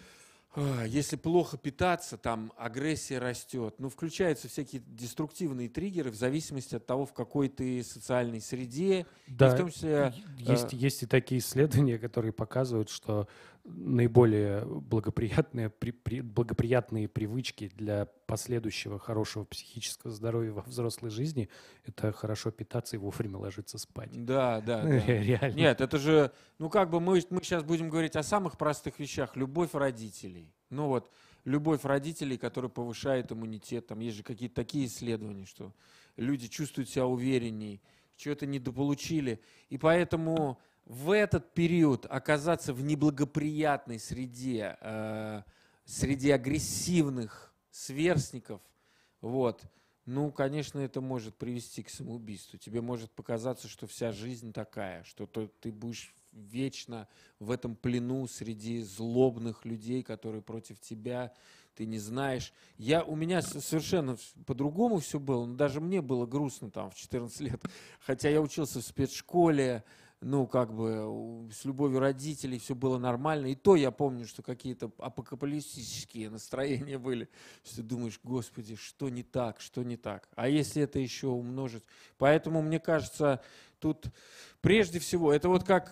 если плохо питаться, там агрессия растет. Ну, включаются всякие деструктивные триггеры в зависимости от того, в какой ты социальной среде.
Да,
и в том числе,
есть,
э...
есть и такие исследования, которые показывают, что наиболее благоприятные, при, при, благоприятные привычки для последующего хорошего психического здоровья во взрослой жизни – это хорошо питаться и вовремя ложиться спать.
Да, да,
ну,
да.
Реально.
Нет, это же, ну как бы мы, мы сейчас будем говорить о самых простых вещах. Любовь родителей. Ну вот, любовь родителей, которая повышает иммунитет. Там есть же какие-то такие исследования, что люди чувствуют себя уверенней, чего-то недополучили. И поэтому... в этот период оказаться в неблагоприятной среде, э, среди агрессивных сверстников, вот, ну, конечно, это может привести к самоубийству. Тебе может показаться, что вся жизнь такая, что то, ты будешь вечно в этом плену среди злобных людей, которые против тебя, ты не знаешь. Я, у меня совершенно по-другому все было, но даже мне было грустно там в четырнадцать лет, хотя я учился в спецшколе, ну, как бы, с любовью родителей все было нормально. И то я помню, что какие-то апокалиптические настроения были. Что ты думаешь, господи, что не так, что не так. А если это еще умножить? Поэтому, мне кажется, тут прежде всего, это вот как,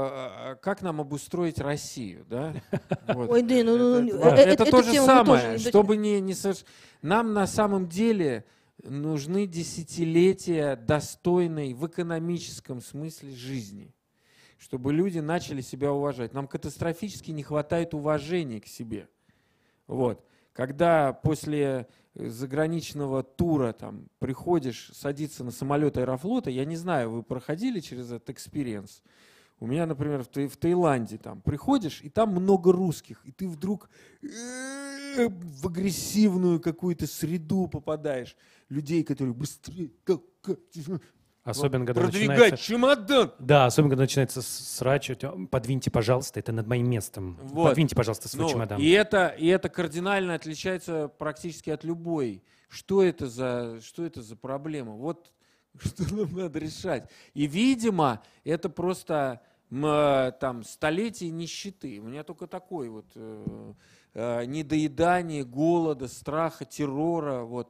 э, как нам обустроить Россию, да? Вот.
Ой, да, ну, ну,
это,
ну,
это,
э,
это
эту
то же
тему мы
самое,
тоже не
чтобы не, не соверш... Нам на самом деле... нужны десятилетия достойной в экономическом смысле жизни, чтобы люди начали себя уважать. Нам катастрофически не хватает уважения к себе. Вот. Когда после заграничного тура там, приходишь садиться на самолет Аэрофлота, я не знаю, вы проходили через этот экспириенс. У меня, например, в, Та- в Таиланде там приходишь, и там много русских, и ты вдруг в агрессивную какую-то среду попадаешь. Людей, которые быстрее...
Особенно, когда
продвигать
начинается...
чемодан.
Да, особенно, когда начинается срач. Подвиньте, пожалуйста, это над моим местом.
Вот.
Подвиньте, пожалуйста, свой
Ну,
чемодан.
И это, и это кардинально отличается практически от любой. Что это за, что это за проблема? Вот что нам надо решать. И, видимо, это просто м, там, столетие нищеты. У меня только такой вот э, э, недоедание, голода, страха, террора. Вот.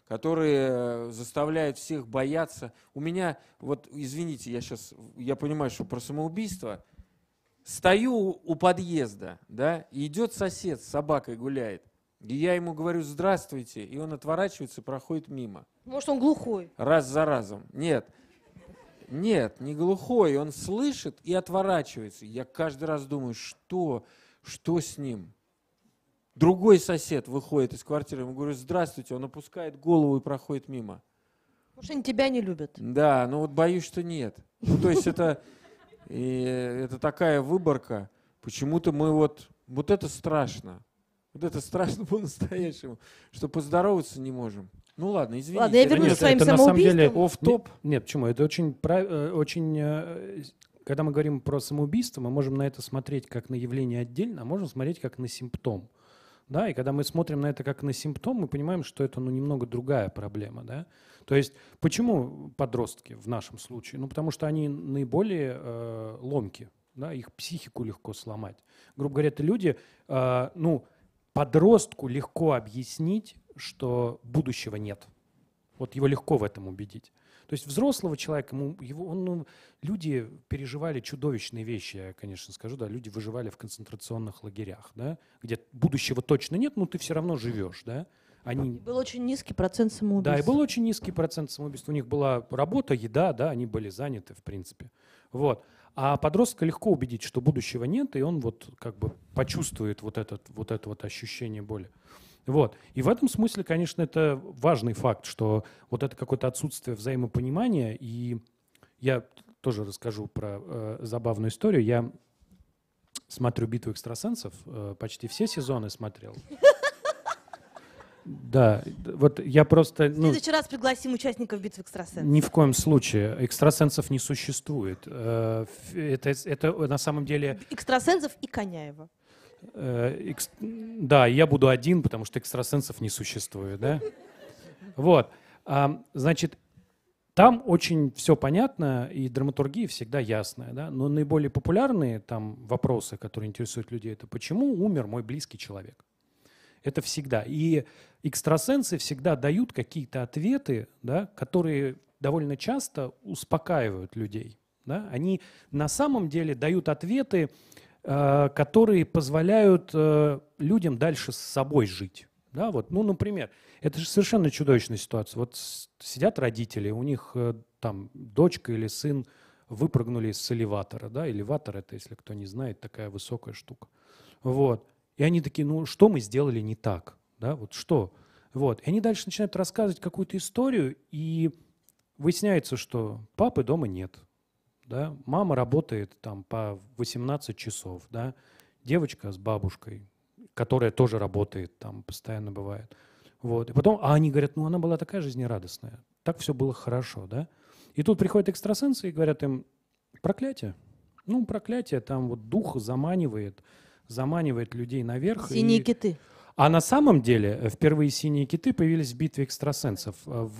которые заставляют всех бояться. У меня, вот, извините, я сейчас, я понимаю, что про самоубийство. Стою у подъезда, да, и идет сосед с собакой гуляет. И я ему говорю «здравствуйте», и он отворачивается и проходит мимо.
Может, он глухой?
Раз за разом. Нет. Нет, не глухой. Он слышит и отворачивается. Я каждый раз думаю, что, что с ним? Другой сосед выходит из квартиры, ему говорю «здравствуйте», он опускает голову и проходит мимо.
Может, они тебя не любят?
Да, но вот боюсь, что нет. Ну, то есть это, и, это такая выборка. Почему-то мы вот... Вот это страшно. Вот это страшно по-настоящему, что поздороваться не можем. Ну ладно, извините.
Ладно, я
это
вернусь
нет,
к своим
это на самом деле
самоубийствам.
офф-топ.
Нет, нет, почему? Это очень, прав- э, очень э, когда мы говорим про самоубийство, мы можем на это смотреть как на явление отдельно, а можем смотреть как на симптом. Да? И когда мы смотрим на это как на симптом, мы понимаем, что это ну, немного другая проблема. Да? То есть почему подростки в нашем случае? Ну, потому что они наиболее э, ломки, да? Их психику легко сломать. Грубо говоря, это люди, э, ну, подростку легко объяснить, что будущего нет. Вот его легко в этом убедить. То есть взрослого человека, ему, его, он, ну, люди переживали чудовищные вещи, я, конечно, скажу, да, люди выживали в концентрационных лагерях, да, где будущего точно нет, но ты все равно живешь, да. Они...
Был очень низкий процент самоубийств.
Да, и был очень низкий процент самоубийств. У них была работа, еда, да, они были заняты, в принципе. Вот. А подростка легко убедить, что будущего нет, и он вот как бы почувствует вот, этот, вот это вот ощущение боли. Вот. И в этом смысле, конечно, это важный факт, что вот это какое-то отсутствие взаимопонимания. И я тоже расскажу про э, забавную историю. Я смотрю «Битву экстрасенсов», э, почти все сезоны смотрел. Да, вот я просто...
В
ну,
следующий раз пригласим участников битвы экстрасенсов.
Ни в коем случае. Экстрасенсов не существует. Э, Это, это на самом деле...
Экстрасенсов и Коняева.
э, экс- Да, я буду один, потому что экстрасенсов не существует. Да? Вот. А, Значит, там очень все понятно, и драматургия всегда ясная. Да? Но наиболее популярные там вопросы, которые интересуют людей, это почему умер мой близкий человек? Это всегда. И экстрасенсы всегда дают какие-то ответы, да, которые довольно часто успокаивают людей. Да? Они на самом деле дают ответы, э, которые позволяют э, людям дальше с собой жить. Да? Вот, ну, например, это же совершенно чудовищная ситуация. Вот с- сидят родители, у них э, там дочка или сын выпрыгнули с элеватора. Да? Элеватор — это, если кто не знает, такая высокая штука. Вот. И они такие, ну что мы сделали не так? Да, вот что? Вот. И они дальше начинают рассказывать какую-то историю, и выясняется, что папы дома нет. Да? Мама работает там по восемнадцать часов. Да? Девочка с бабушкой, которая тоже работает там, постоянно бывает. Вот. И потом, а они говорят, ну она была такая жизнерадостная, так все было хорошо. Да? И тут приходят экстрасенсы и говорят им, проклятие. Ну, проклятие, там вот дух заманивает, заманивает людей наверх.
Синие
и...
киты.
А на самом деле впервые синие киты появились в «Битве экстрасенсов».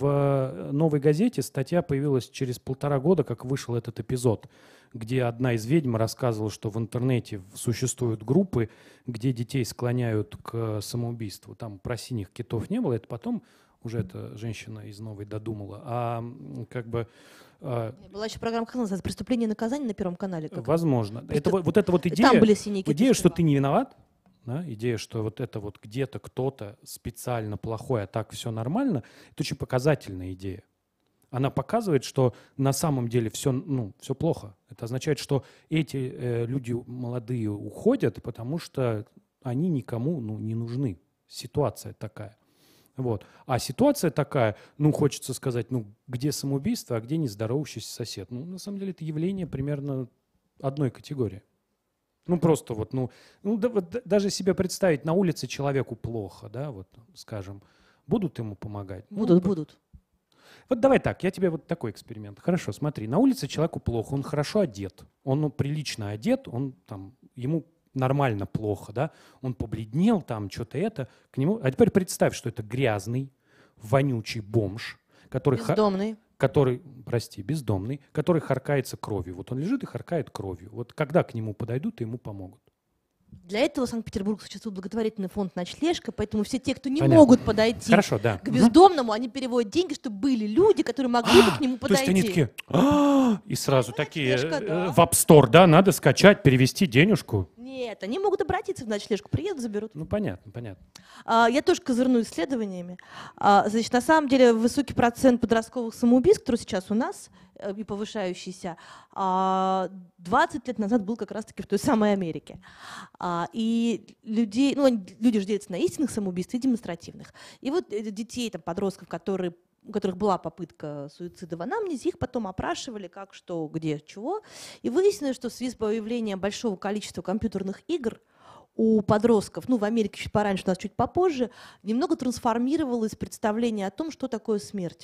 В «Новой газете» статья появилась через полтора года, как вышел этот эпизод, где одна из ведьм рассказывала, что в интернете существуют группы, где детей склоняют к самоубийству. Там про синих китов не было, это потом уже эта женщина из «Новой» додумала. А как бы...
Была еще программа, как называется, «Преступление и наказание» на Первом канале. Как
Возможно.
Преступ...
Это, вот, вот эта вот идея,
Там были синие киты,
идея, что
снимала.
ты не виноват, да, идея, что вот это вот где-то кто-то специально плохой, а так все нормально, это очень показательная идея. Она показывает, что на самом деле все, ну, все плохо. Это означает, что эти э, люди молодые уходят, потому что они никому, ну, не нужны. Ситуация такая. Вот. А ситуация такая, ну, хочется сказать, ну, где самоубийство, а где нездоровающийся сосед. Ну, на самом деле, это явление примерно одной категории. Ну, просто вот, ну, ну да, вот, даже себе представить, на улице человеку плохо, да, вот, скажем, будут ему помогать?
Будут,
ну,
будут.
Вот давай так, я тебе вот такой эксперимент. Хорошо, смотри, на улице человеку плохо, он хорошо одет, он ну, прилично одет, он там, ему нормально плохо, да, он побледнел, там что-то это, к нему... А теперь представь, что это грязный, вонючий бомж, который...
Бездомный.
который, прости, бездомный, который харкается кровью. Вот он лежит и харкает кровью. Вот когда к нему подойдут и ему помогут?
Для этого в Санкт-Петербурге существует благотворительный фонд «Ночлежка», поэтому все те, кто не
Понятно.
могут подойти
Хорошо, да.
к бездомному, они переводят деньги, чтобы были люди, которые могли бы к нему
То есть
подойти.
они такие, «А-а-а», и сразу такие
«Ночлежка»,
э,
да.
в App Store, да, надо скачать, перевести денежку.
Нет, они могут обратиться в «Ночлежку», приедут, заберут.
Ну, понятно, понятно.
А, Я тоже козырну исследованиями. А, Значит, на самом деле высокий процент подростковых самоубийств, который сейчас у нас, э, и повышающийся, а, двадцать лет назад был как раз-таки в той самой Америке. А, И людей, ну, они- люди же делятся на истинных самоубийств и демонстративных. И вот э, детей, там, подростков, которые у которых была попытка суицида в анамнезе, их потом опрашивали, как, что, где, чего. И выяснилось, что в связи с появлением большого количества компьютерных игр у подростков, ну, в Америке чуть пораньше, у нас чуть попозже, немного трансформировалось представление о том, что такое смерть.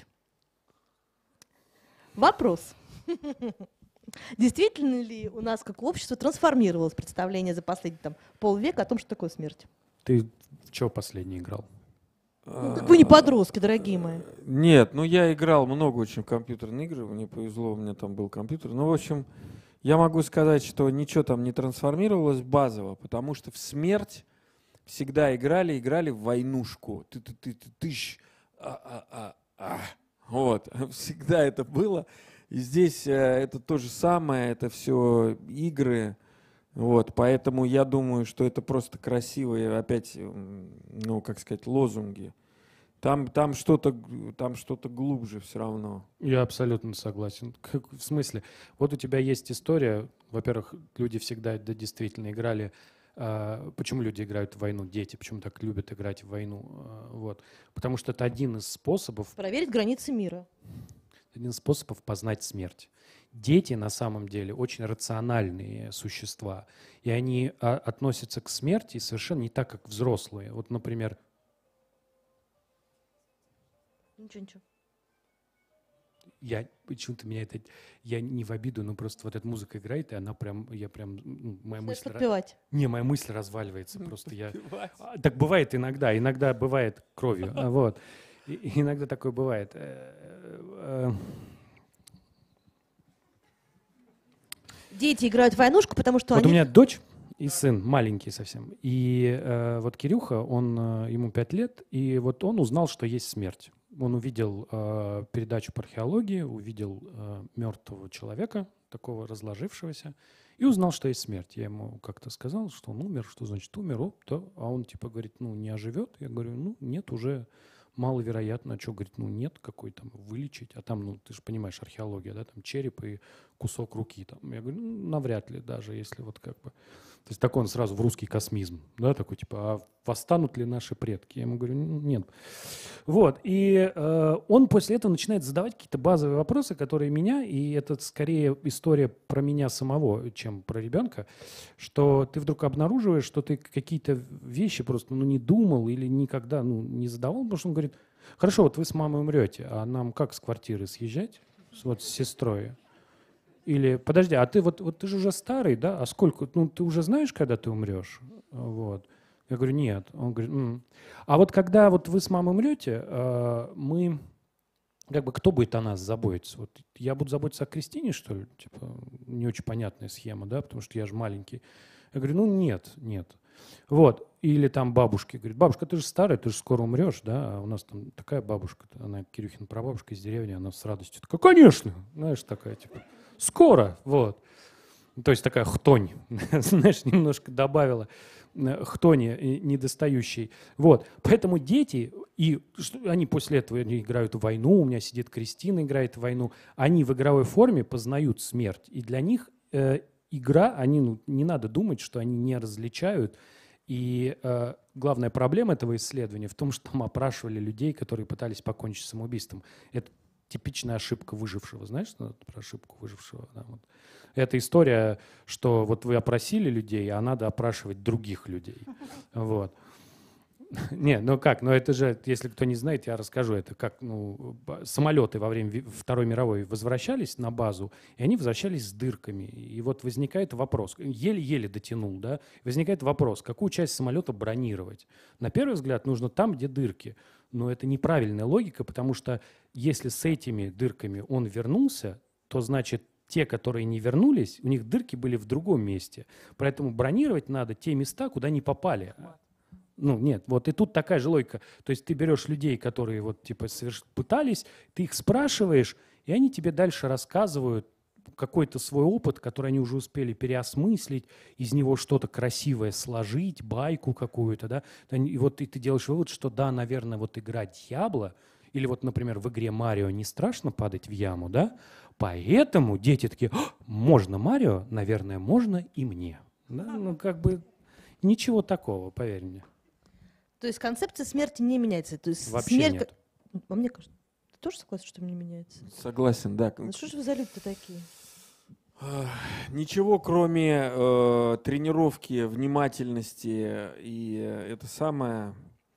Вопрос. Действительно ли у нас, как общество, трансформировалось представление за последние там, полвека о том, что такое смерть?
Ты в что последний играл?
Ну, так вы не подростки, дорогие мои.
Нет, ну я играл много очень в компьютерные игры, мне повезло, у меня там был компьютер. Ну, в общем, я могу сказать, что ничего там не трансформировалось базово, потому что в смерть всегда играли, играли в войнушку. Ты ты ты ты тыщ, а а а а. Вот, всегда это было. И здесь э, это то же самое, это все игры. Вот, поэтому я думаю, что это просто красивые, опять, м, ну, как сказать, лозунги. Там, там что-то, г- там что-то глубже все равно.
Я абсолютно согласен. Как- в смысле? Вот у тебя есть история. Во-первых, люди всегда да, действительно играли. а, Почему люди играют в войну? Дети почему так любят играть в войну? а, Вот. Потому что это один из способов,
Проверить границы мира.
один из способов познать смерть. Дети на самом деле очень рациональные существа, и они а, относятся к смерти совершенно не так, как взрослые. Вот, например,
Ничего, ничего.
я почему-то меня это, я не в обиду, но просто вот эта музыка играет, и она прям, я прям, ну, моя
Знаешь,
мысль, ра-
подпевать.
не, моя мысль разваливается, просто я, А, так бывает иногда, иногда бывает кровью, а, вот, И- и иногда такое бывает. Э, э,
Дети играют в войнушку, потому что
Вот у
они...
меня дочь и сын, маленький совсем, и э, вот Кирюха, он, э, ему пять лет, и вот он узнал, что есть смерть. Он увидел э, передачу по археологии, увидел э, мертвого человека, такого разложившегося, и узнал, что есть смерть. Я ему как-то сказал, что он умер, что значит умер, оп, да. А он типа говорит, ну не оживет. Я говорю, ну нет, уже маловероятно. А что, говорит, ну нет, какой там вылечить. А там, ну ты же понимаешь, археология, да, там череп и кусок руки. Там. Я говорю, ну навряд ли даже, если вот как бы... То есть такой он сразу в русский космизм, да, такой типа, а восстанут ли наши предки? Я ему говорю, «Ну, нет. Вот, и э, он после этого начинает задавать какие-то базовые вопросы, которые меня, и это скорее история про меня самого, чем про ребенка, что ты вдруг обнаруживаешь, что ты какие-то вещи просто ну, не думал или никогда ну, не задавал, потому что он говорит, хорошо, вот вы с мамой умрете, а нам как с квартиры съезжать? С- Вот с сестрой. Или, подожди, а ты вот, вот ты же уже старый, да? А сколько? Ну, ты уже знаешь, когда ты умрешь? Вот. Я говорю, нет. Он говорит, «М». А вот когда вот вы с мамой умрете, э, мы, как бы, кто будет о нас заботиться? Вот я буду заботиться о Кристине, что ли? Типа, не очень понятная схема, да, потому что я же маленький. Я говорю, ну, нет, нет. Вот. Или там бабушки. Говорит, бабушка, ты же старая, ты же скоро умрешь, да? А у нас там такая бабушка, она Кирюхина прабабушка из деревни, она с радостью такая, конечно, знаешь, такая, типа, скоро, вот. То есть такая хтонь, знаешь, немножко добавила э, хтони э, недостающей. Вот. Поэтому дети, и что- они после этого они играют в войну, у меня сидит Кристина, играет в войну, они в игровой форме познают смерть. И для них э, игра, они, ну, не надо думать, что они не различают. И э, главная проблема этого исследования в том, что там опрашивали людей, которые пытались покончить с самоубийством. Это типичная ошибка выжившего. Знаешь, что это про ошибку выжившего? Да, вот. Это история, что вот вы опросили людей, а надо опрашивать других людей. Вот. Не, ну как, ну это же, если кто не знает, я расскажу, это как, ну, б- самолеты во время Ви- Второй мировой возвращались на базу, и они возвращались с дырками. И вот возникает вопрос, еле-еле дотянул, да, возникает вопрос, какую часть самолета бронировать? На первый взгляд нужно там, где дырки, но это неправильная логика, потому что если с этими дырками он вернулся, то значит те, которые не вернулись, у них дырки были в другом месте. Поэтому бронировать надо те места, куда не попали. Ну, нет, вот и тут такая же логика. То есть ты берешь людей, которые вот типа соверш... пытались, ты их спрашиваешь, и они тебе дальше рассказывают какой-то свой опыт, который они уже успели переосмыслить, из него что-то красивое сложить, байку какую-то, да. И вот и ты делаешь вывод, что да, наверное, вот игра Дьябло, или вот, например, в игре Марио не страшно падать в яму, да, поэтому дети такие, можно Марио, наверное, можно и мне. Да? Ну, как бы ничего такого, поверь мне.
То есть концепция смерти не меняется. То есть
Вообще
смерть...
нет.
А мне кажется, ты тоже согласен, что не меняется?
Согласен, да.
Ну что же вы за люди-то такие?
Ничего, кроме э, тренировки, внимательности и э, это самое...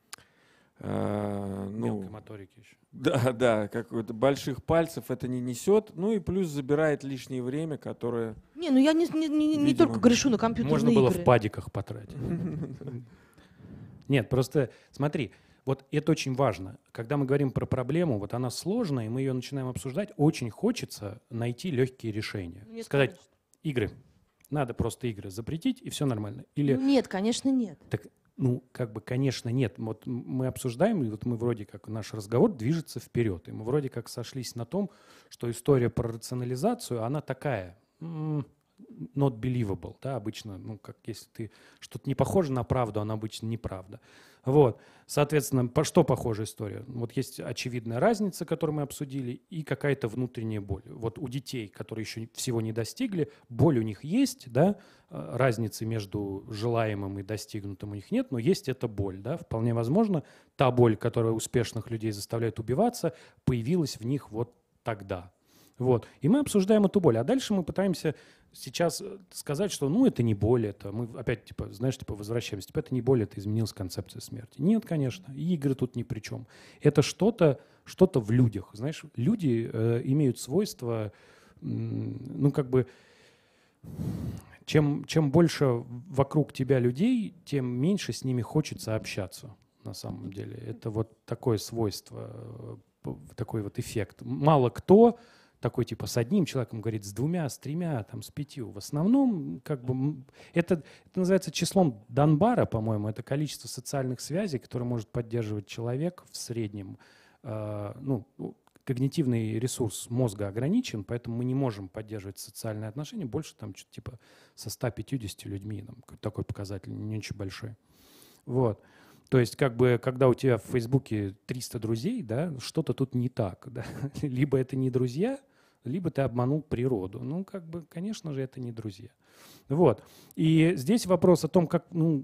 Э, ну,
Мелкой моторики еще.
Да, да, какой-то больших пальцев это не несет. Ну и плюс забирает лишнее время, которое...
Не, ну я не, не, не, не
Видимо,
только грешу на компьютерные
Можно
игры.
было в падиках потратить. Нет, просто смотри, вот это очень важно. Когда мы говорим про проблему, вот она сложная, и мы ее начинаем обсуждать, очень хочется найти легкие решения.
Нет,
Сказать,
конечно.
игры, надо просто игры запретить, и все нормально. Или,
Ну, нет, конечно, нет.
так, ну, как бы, конечно, нет. Вот мы обсуждаем, и вот мы вроде как, наш разговор движется вперед, и мы вроде как сошлись на том, что история про рационализацию, она такая... м- not believable, да, обычно, ну, как если ты что-то не похоже на правду, она обычно неправда. Вот, соответственно, по что похожа история? Вот есть очевидная разница, которую мы обсудили, и какая-то внутренняя боль. Вот у детей, которые еще всего не достигли, боль у них есть, да, разницы между желаемым и достигнутым у них нет, но есть эта боль, да, вполне возможно, та боль, которая успешных людей заставляет убиваться, появилась в них вот тогда. Вот. И мы обсуждаем эту боль. А дальше мы пытаемся сейчас сказать, что ну это не боль, это мы опять, типа, знаешь, типа возвращаемся. Типа это не боль, это изменилась концепция смерти. Нет, конечно, и игры тут ни при чем. Это что-то, что-то в людях. Знаешь, люди э, имеют свойство, ну как бы, чем, чем больше вокруг тебя людей, тем меньше с ними хочется общаться на самом деле. Это вот такое свойство, такой вот эффект. Мало кто такой типа с одним человеком говорит, с двумя, с тремя, там, с пятью. В основном, как бы, это, это называется числом Данбара, по-моему, это количество социальных связей, которые может поддерживать человек в среднем. Э, ну, когнитивный ресурс мозга ограничен, поэтому мы не можем поддерживать социальные отношения больше, там, что-то типа со ста пятьюдесятью людьми. Там, такой показатель не очень большой. Вот. То есть, как бы, когда у тебя в Фейсбуке триста друзей, да, что-то тут не так. Да? Либо это не друзья, либо ты обманул природу. Ну, как бы, конечно же, это не друзья. Вот. И здесь вопрос о том, как, ну,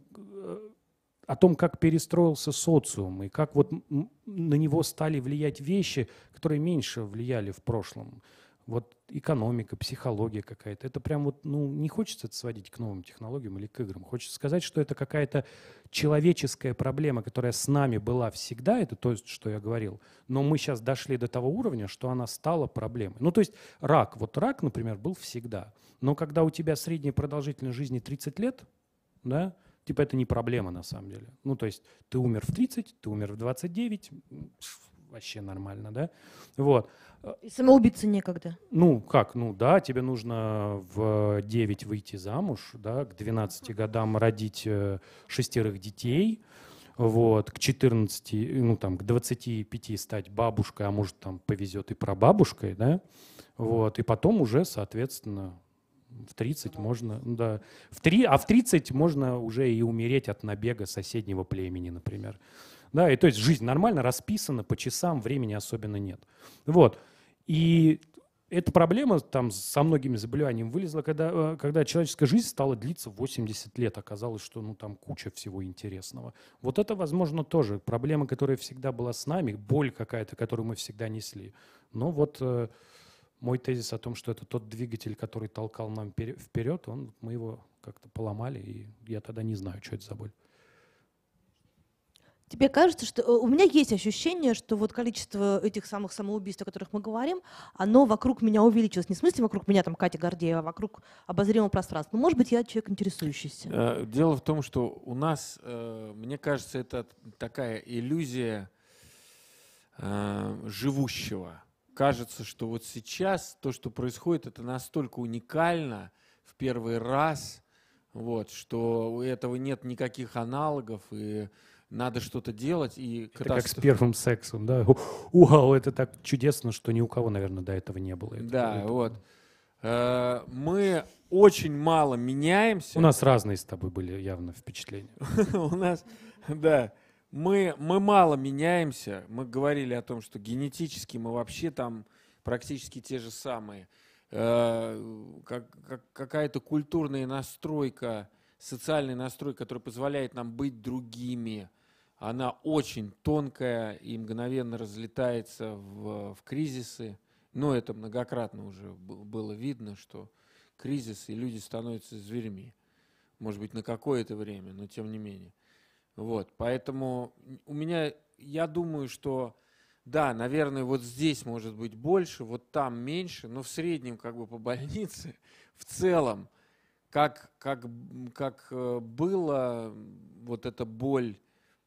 о том, как перестроился социум, и как вот на него стали влиять вещи, которые меньше влияли в прошлом. Вот экономика, психология какая-то. Это прям вот, ну, не хочется это сводить к новым технологиям или к играм. Хочется сказать, что это какая-то человеческая проблема, которая с нами была всегда, это то, что я говорил, но мы сейчас дошли до того уровня, что она стала проблемой. Ну, то есть рак, вот рак, например, был всегда. Но когда у тебя средняя продолжительность жизни тридцать лет, да, типа это не проблема на самом деле. Ну, то есть ты умер в тридцать, ты умер в двадцать девять, вообще нормально, да? Вот.
И самоубиться некогда.
Ну, как? Ну, да, тебе нужно в девять выйти замуж, да, к двенадцати годам родить э, шестерых детей, вот, к четырнадцати, ну, там, к двадцати пяти стать бабушкой, а может, там, повезет и прабабушкой, да, вот, и потом уже, соответственно, в тридцать можно, да, в три, а в тридцать можно уже и умереть от набега соседнего племени, например. Да, и то есть жизнь нормально расписана по часам, времени особенно нет. Вот. И эта проблема там со многими заболеваниями вылезла, когда, когда человеческая жизнь стала длиться восемьдесят лет. Оказалось, что ну, там куча всего интересного. Вот это, возможно, тоже проблема, которая всегда была с нами, боль какая-то, которую мы всегда несли. Но вот э, мой тезис о том, что это тот двигатель, который толкал нам вперед, он, мы его как-то поломали, и я тогда не знаю, что это за боль.
Тебе кажется, что у меня есть ощущение, что вот количество этих самых самоубийств, о которых мы говорим, оно вокруг меня увеличилось. Не в смысле вокруг меня, там, Катя Гордеева, а вокруг обозримого пространства. Ну, может быть, я человек интересующийся.
Дело в том, что у нас, мне кажется, это такая иллюзия живущего. кажется, что вот сейчас то, что происходит, это настолько уникально в первый раз, вот, что у этого нет никаких аналогов, и надо что-то делать. И
Это
катастроф...
как с первым сексом, да? Вау, это так чудесно, что ни у кого, наверное, до этого не было. Это,
Да,
это...
вот. Э, Мы очень мало меняемся.
У нас разные с тобой были явно впечатления.
У нас, да, мы, мы мало меняемся. Мы говорили о том, что генетически мы вообще там практически те же самые. Э, как, как, какая-то культурная настройка, социальная настройка, которая позволяет нам быть другими, она очень тонкая и мгновенно разлетается в, в кризисы. Но это многократно уже было видно, что кризис, и люди становятся зверьми. Может быть, на какое-то время, но тем не менее. Вот, поэтому у меня, я думаю, что, да, наверное, вот здесь может быть больше, вот там меньше, но в среднем как бы по больнице, в целом, как, как, как было вот эта боль,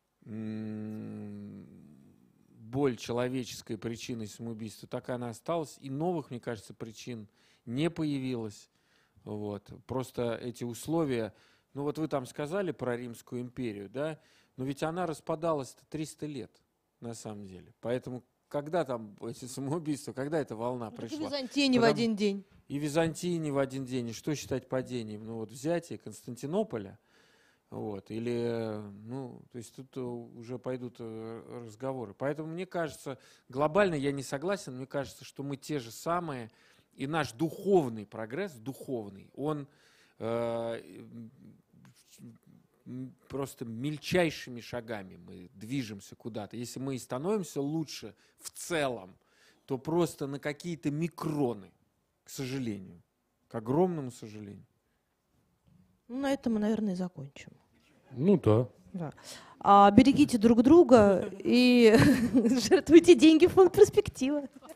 боль человеческой причиной самоубийства, так и она осталась, и новых, мне кажется, причин не появилось. Вот. Просто эти условия, ну вот вы там сказали про Римскую империю, да, но ведь она распадалась триста лет на самом деле. Поэтому когда там эти самоубийства, когда эта волна
Так и
пришла?
Византия не в
Потому-
один день.
И Византии не в один день. И что считать падением? Ну вот взятие Константинополя, вот, или, ну, то есть тут уже пойдут э, разговоры. Поэтому мне кажется, глобально я не согласен, мне кажется, что мы те же самые, и наш духовный прогресс, духовный, он э, м, просто мельчайшими шагами мы движемся куда-то. Если мы и становимся лучше в целом, то просто на какие-то микроны, к сожалению, к огромному сожалению.
Ну, на этом мы, наверное, и закончим.
Ну да.
Да. А, берегите друг друга и жертвуйте деньги в фонд «Перспектива».